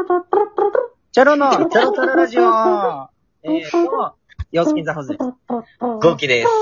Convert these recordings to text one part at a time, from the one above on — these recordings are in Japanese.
チャロのチャロチャロラジオどうも、ヨースキンザハウスです。 ゴーキです。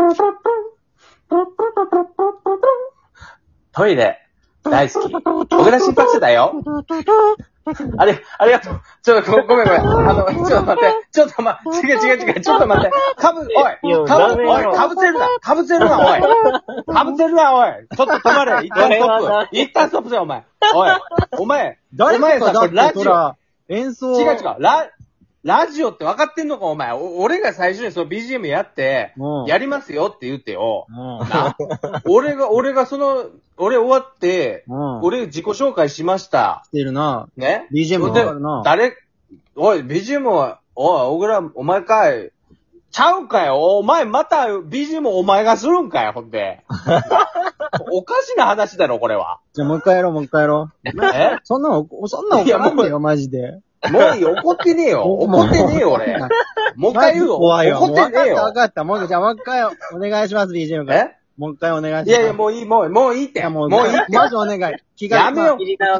トイレ、大好き。小倉心拍数だよ。ありがとう。ちょっとごめん。ちょっと待って。ちょっと違う。ちょっと待って。かぶせるな、おい。ちょっと止まれ。一旦ストップだよ、お前。お前さ、これラジオ。 演奏。 違う。ラジオって分かってんのか、お前。俺が最初にその BGM やって、やりますよって言ってよ。な。俺終わって、俺自己紹介しました。 してるな。 ね BGM わかるな。 おい、BGM は、小倉、お前かい。ちゃうかよ。お前また BGM お前がするんかよ、ほんで。おかしな話だろ、これは。 じゃあもう一回やろう。そんな怒らんでよ、マジで。 もういい、怒ってねえよ、俺。もう一回言うよ。怒ってねえよ。 わかった。じゃあもう一回お願いします、BGM から。もう一回お願いします。 いや、もういいって。もういいって。 マジお願い。 やめよう。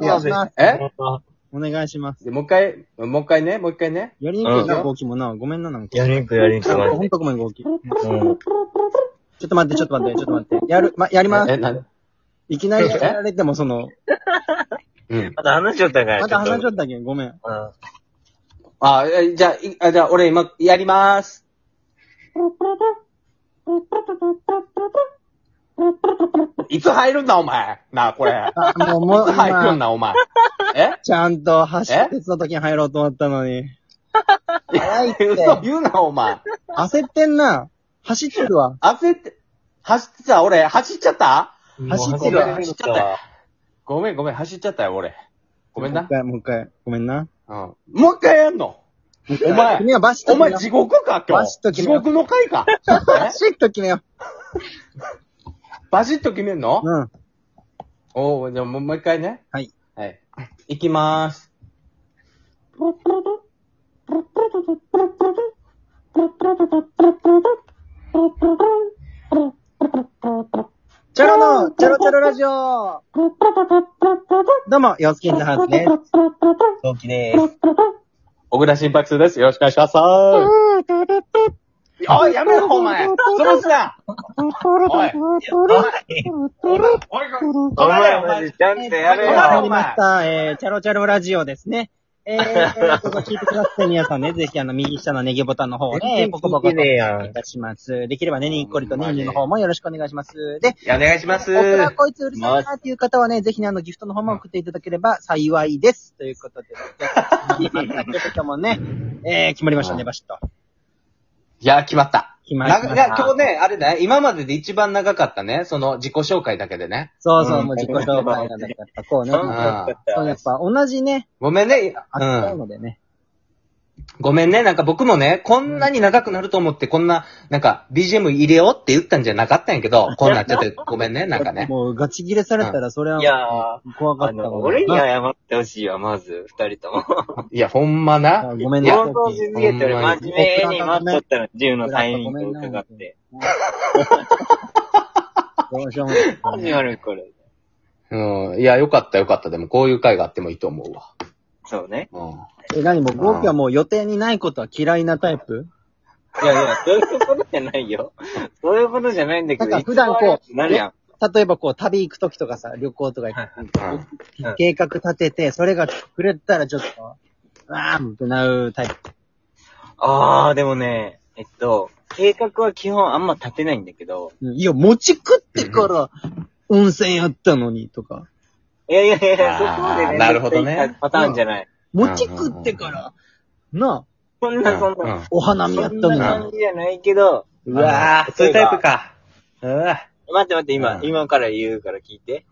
お願いします。 もう一回ね。 やりにくいな、ゴーキもな。ごめんな、なんか。 やりにくい。 ほんとごめん、ゴーキ。ちょっと待って。やります。いきなりやられても、 また話しちゃったから。 ごめん。 じゃあ、俺今、やりまーす。いつ入るんだ、お前。なあ、これ。 もう、 いつ入るんだ、お前。 ちゃんと走ってた時に入ろうと思ったのに。 早いって。嘘言うな、お前。 焦ってんな。走ってるわ。 走ってた、俺。走っちゃった？ 走ってるわ。 ごめん、走っちゃったよ、俺。ごめんな。 もう一回。ごめんな。 もう一回やんの？お前地獄か、今日。地獄の回か。 バシッと決めよう。 バシッと決めんの？ うん。 じゃあもう一回ね。 はい。 いきまーす。 チャロチャロラジオどうも、ヨースキンザハウスです。 ゴーキです。 小倉心拍数です。よろしくお願いします。おい、やめろ、お前。潰すな。おい、 ちゃんとやれよ。 始まりました。チャロチャロラジオですね。ここ聞いてくださって皆さんね、ぜひ右下のネギボタンの方をね、ポコポコとお願いいたします。できればね、にっこりとね、の方もよろしくお願いします。で、 お願いします。 僕らこいつうるさいなっていう方はね、ぜひね、ギフトの方も送っていただければ幸いです。ということで、今日もね、決まりましたね、バシッと。 いや、決まった。 今日ね、あれね、今までで一番長かったね、その自己紹介だけでね。 そう、もう自己紹介がなかった。こうね。そう、やっぱ同じね。 ごめんね。 扱うのでね。 ごめんね。なんか僕もね、こんなに長くなると思って、こんな、なんか BGM 入れようって言ったんじゃなかったんやけど、こんなっちゃってごめんね、なんかね。 もうガチ切れされたらそれは、 いや怖かったわ。 俺に謝ってほしいわ、まず、二人とも。 いや、ほんまな。 ごめんね。 放送しすぎて俺真面目に待っとったの、10のタイミングを伺って。始まる、これ。 いや、よかった。でも、こういう回があってもいいと思うわ。 そうね。 何もう、ゴーキはもう予定にないことは嫌いなタイプ？ いや、そういうことじゃないよ。そういうことじゃないんだけど、 なんか普段こう、 何やん。 例えばこう、旅行くときとかさ、旅行とか行く計画立てて、それがくれたらちょっと、ってなるタイプ。 でもね、計画は基本あんま立てないんだけど。 いや、餅食ってから温泉やったのにとか。 いや、そこまでね。 なるほどね。 パターンじゃない。 餅食ってから、 そんな。 お花見やったのに。 そんな感じじゃないけど。 うわぁ、そういうタイプか。 待って、今から言うから聞いて。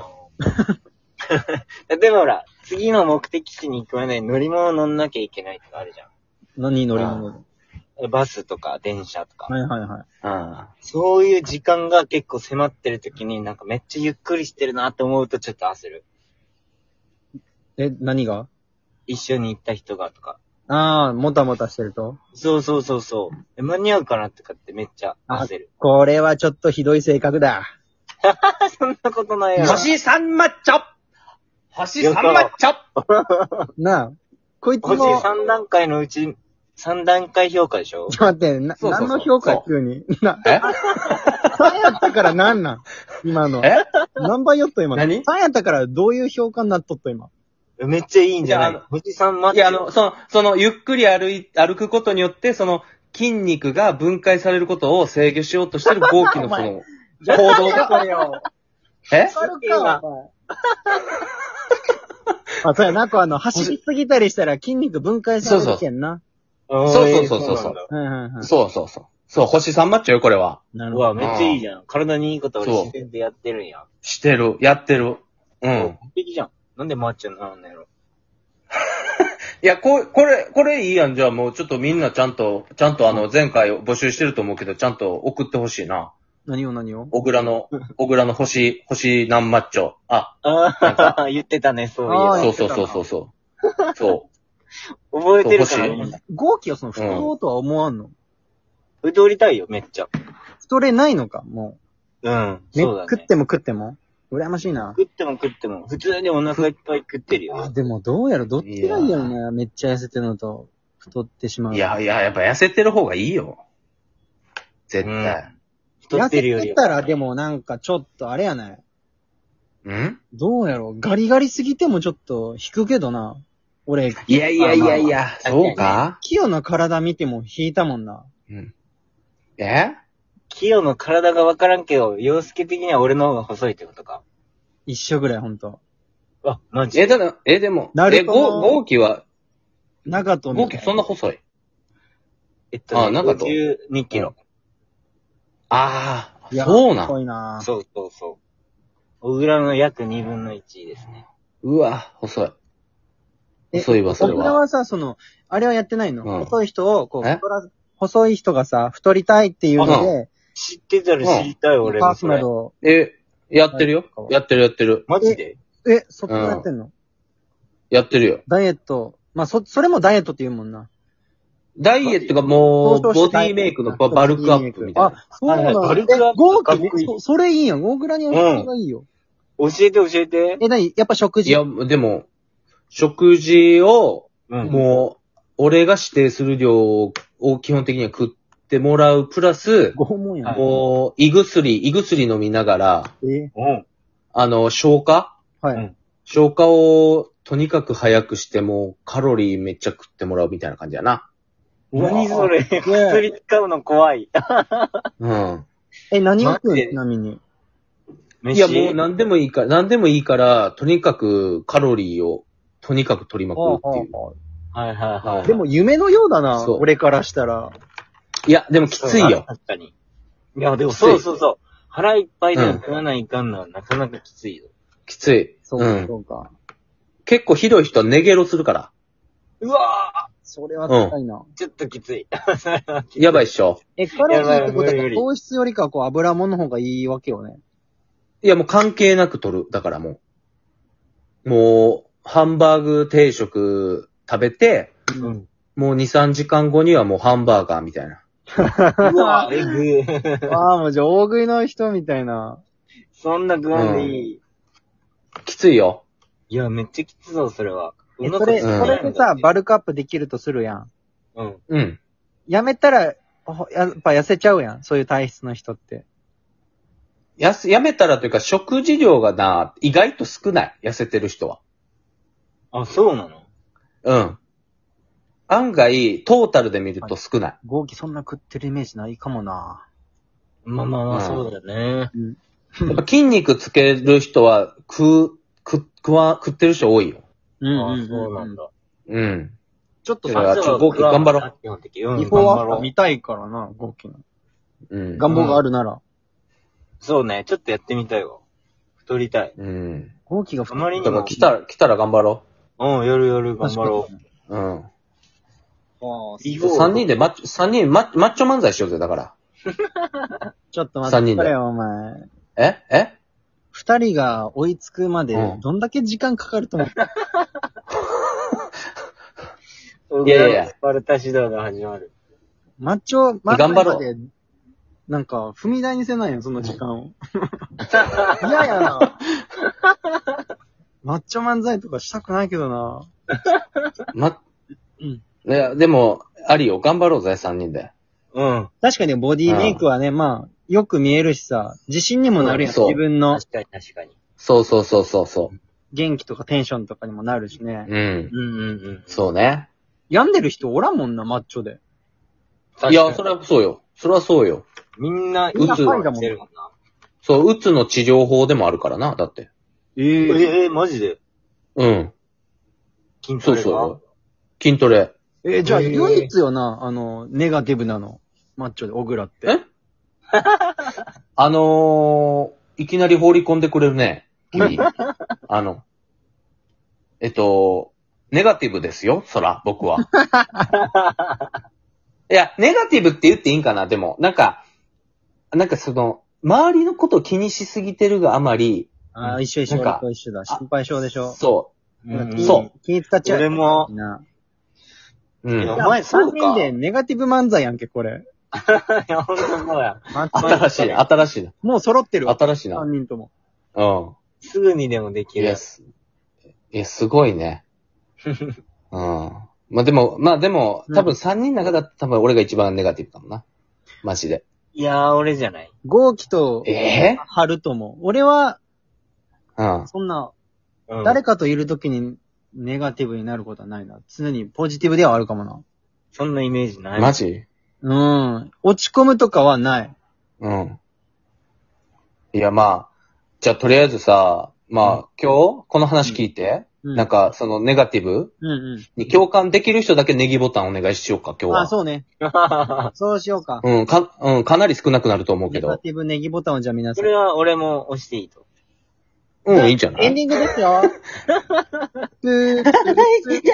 例えばほら、次の目的地に行くまでに乗り物乗んなきゃいけないとかあるじゃん。 何乗り物？ バスとか電車とか。 はい。 そういう時間が結構迫ってる時になんかめっちゃゆっくりしてるなって思うとちょっと焦る。 何が？ 一緒に行った人がとか。 もたもたしてると？ そう。間に合うかなとかってめっちゃ焦る。 これはちょっとひどい性格だ。 そんなことないよ。 星三マッチョ星3マッチョなあ、こいつ星も、 3段階のうち、3段階評価でしょ？ ちょっと待って、 そう何の評価急に。 え 3やったから何なん今の。 え何倍よっと今。 何 ?3 やったからどういう評価になっとっと今。 めっちゃいいんじゃないいや星3マッチ。 いや、その、ゆっくり歩くことによって、その、筋肉が分解されることを制御しようとしてる豪気のその、行動が、 これよ。 えわかるか、お前。あ、そうやな、走りすぎたりしたら筋肉分解されるけんな。 そうそうそうそうそうなんだうんうんうん。 そうそうそう。そう、星3マッチョよ、これは。 うわ、 なるほど。 めっちゃいいじゃん。体にいいこと俺そう自然でやってるんや。 してる、やってる。うん。 完璧じゃん。なんでマッチョになるんだやろ。 いや、これいいやん。じゃあもうちょっとみんなちゃんと前回募集してると思うけど、ちゃんと送ってほしいな。 何を小倉の星何マッチョ。あ、 ああ、言ってたね、そういあえそうそうそうそうそう。そば。覚えてるかそうら。 豪気はその太ろうとは思わんの、 太りたいよ、めっちゃ。 太れないのかもうん。 う。ね、 そうだね。 食っても食っても羨ましいな。 食っても、普通にお腹いっぱい食ってるよ。 でもどうやろ、どっちがいいやろな。めっちゃ痩せてるのと、太ってしまう。 いや、やっぱ痩せてる方がいいよ。絶うん対。 太ってるよりは。 痩せてたらでもなんかちょっとあれやない。 うんどうやろ、ガリガリすぎてもちょっと引くけどな。俺、 いや、そうかキヨの体見ても引いたもんな。 うん。えキヨの体がわからんけど、洋介的には俺の方が細いってことか。 一緒ぐらいほんと。 あ、マジでも、 ナルトの豪気は、 長と豪気そんな細い。なんかと 52キロ。 ああ、 いやそうなん。 細いな。 そうそうそう。小倉の約2分の1ですね。 うわ、細い。細いわ、それは。 小倉はさ、あれはやってないの、 うん細い人を、 え細い人がさ、太りたいっていうので、 知ってたら知りたい、俺パーもそれ。 ソナルを、 やってるよ。やってる。 マジでそっちもやってんの、 やってるよ。 ダイエット。まあ、それもダイエットって言うもんな。 ダイエットがもう、ボディメイクのバルクアップみたいな。 あ、そうなの、 バルクアップ豪気かっこいいそれいいやん。大倉に教えてがいいよ。 教えて。 何やっぱ食事。 いや、でも、食事を、 うん。 もう、俺が指定する量を基本的には食ってもらう、プラス、 拷問やん。 もう、胃薬飲みながら、 うん。 消化はい。 うん消化をとにかく早くしても、カロリーめっちゃ食ってもらうみたいな感じやな。 何それ、 ね薬使うの怖い。 うん。 何を食うマジでちなみに。 いや、もう何でもいいから、とにかくカロリーを、とにかく取りまくるっていう。 はいはいはい。 でも夢のようだな、 そう俺からしたら。 いや、でもきついよ。 確かに。いや、でもきついそう。腹いっぱいでも食わないかんのはなかなかきついよ。 きつい。 そうか、そうか。 結構ひどい人はネゲロするから。 うわそれは高いな。 ぁちょっときつい。 やばいっしょ。 カロリーってことはやばい無理糖質よりかは油物の方がいいわけよね。 いや、もう関係なく取る。だからもう。もう、ハンバーグ定食食べて、 うん。 もう2、3時間後にはもうハンバーガーみたいな。 うわぁえぐい。 ああ、もうじゃあ大食いの人みたいな。 そんな食わんでいい。 きついよ。 いや、めっちゃきつそう、それは。 それでさ、バルクアップできるとするやん。 うん。 うん。 やめたら、やっぱ痩せちゃうやん。そういう体質の人って。 やめたらというか、食事量がな、意外と少ない。痩せてる人は。 あ、そうなのうん。案外、トータルで見ると少ない。 豪気そんな食ってるイメージないかもな。 まあまあまあ、そうだよね。 やっぱ筋肉つける人は、食ってる人多いよ。 あそうなんだ。 うん。 ちょっとだからさ、 ちょっと豪気頑張ろう。 基本的。うん、 ビフォーア頑張ろうフター見たいからな、豪気の。 うん。 願望があるなら。 そうね、ちょっとやってみたいわ。太りたい。 うん。 豪気があまりにだからも。 来たら頑張ろうん、夜、頑張ろう。うん。 ああ、 いい 3人でマッチョ漫才しようぜ、だから。 ちょっと待三人でってくれよ、お前。 え二人が追いつくまでう、んどんだけ時間かかると思う、 う。 いやいやスパルタ指導が始まる。 マッチョ、 頑張ろうまで、なんか、踏み台にせないよ、その時間を。嫌やな。 マッチョ漫才とかしたくないけどな。 いや、でも、ありよ。頑張ろうぜ、3人で。 うん。 確かにボディメイクはね、まあ、よく見えるしさ、自信にもなるやん、 そう自分の確かに確かに。 そう。 元気とかテンションとかにもなるしね。 うん。 うん。 そうね。 病んでる人おらんもんな、マッチョで。 いや、それはそうよ。それはそうよ。 みんな、 みんなうつハイだもんしてるもんな。 そう、うつの治療法でもあるからな、だって。 マジでうん。 筋トレがそうそう。筋トレ。 じゃあ、唯一よな、ネガティブなの。マッチョで、小倉って。 えいきなり放り込んでくれるね。君。ネガティブですよ、そら、僕は。いや、ネガティブって言っていいんかな、でも。なんかその、周りのことを気にしすぎてるがあまり、 ああ、一緒一緒、 なんか俺と一緒だ。心配性でしょ。 そうそう気使っちゃう。 俺もな。 う。うん。 いやお前そうか 3人でネガティブ漫才やんけ、これ。 いや、ほんとそうや。 マッチョ新しいな。 もう揃ってるわ。 新しいな。 3人とも。 うん。 すぐにでもできる。 いや、すごいね。うん。まあでも、多分3人の中だと多分俺が一番ネガティブかもな。マジで。 いやー、俺じゃない。 豪輝と、 え春とも。俺は、 うん。 そんな、 うん誰かといるときにネガティブになることはないな。常にポジティブではあるかもな。 そんなイメージない。 マジうん。落ち込むとかはない。 うん。いや、まあ、じゃあとりあえずさ、まあ、今日、この話聞いて、 うん。 なんか、そのネガティブうんに共感できる人だけネギボタンお願いしようか、今日は。 あ、そうね。そうしようか。 かなり少なくなると思うけど。 ネガティブネギボタンをじゃあ皆さん。 それは俺も押していいと。 うん、いいんじゃないエンディングですよ。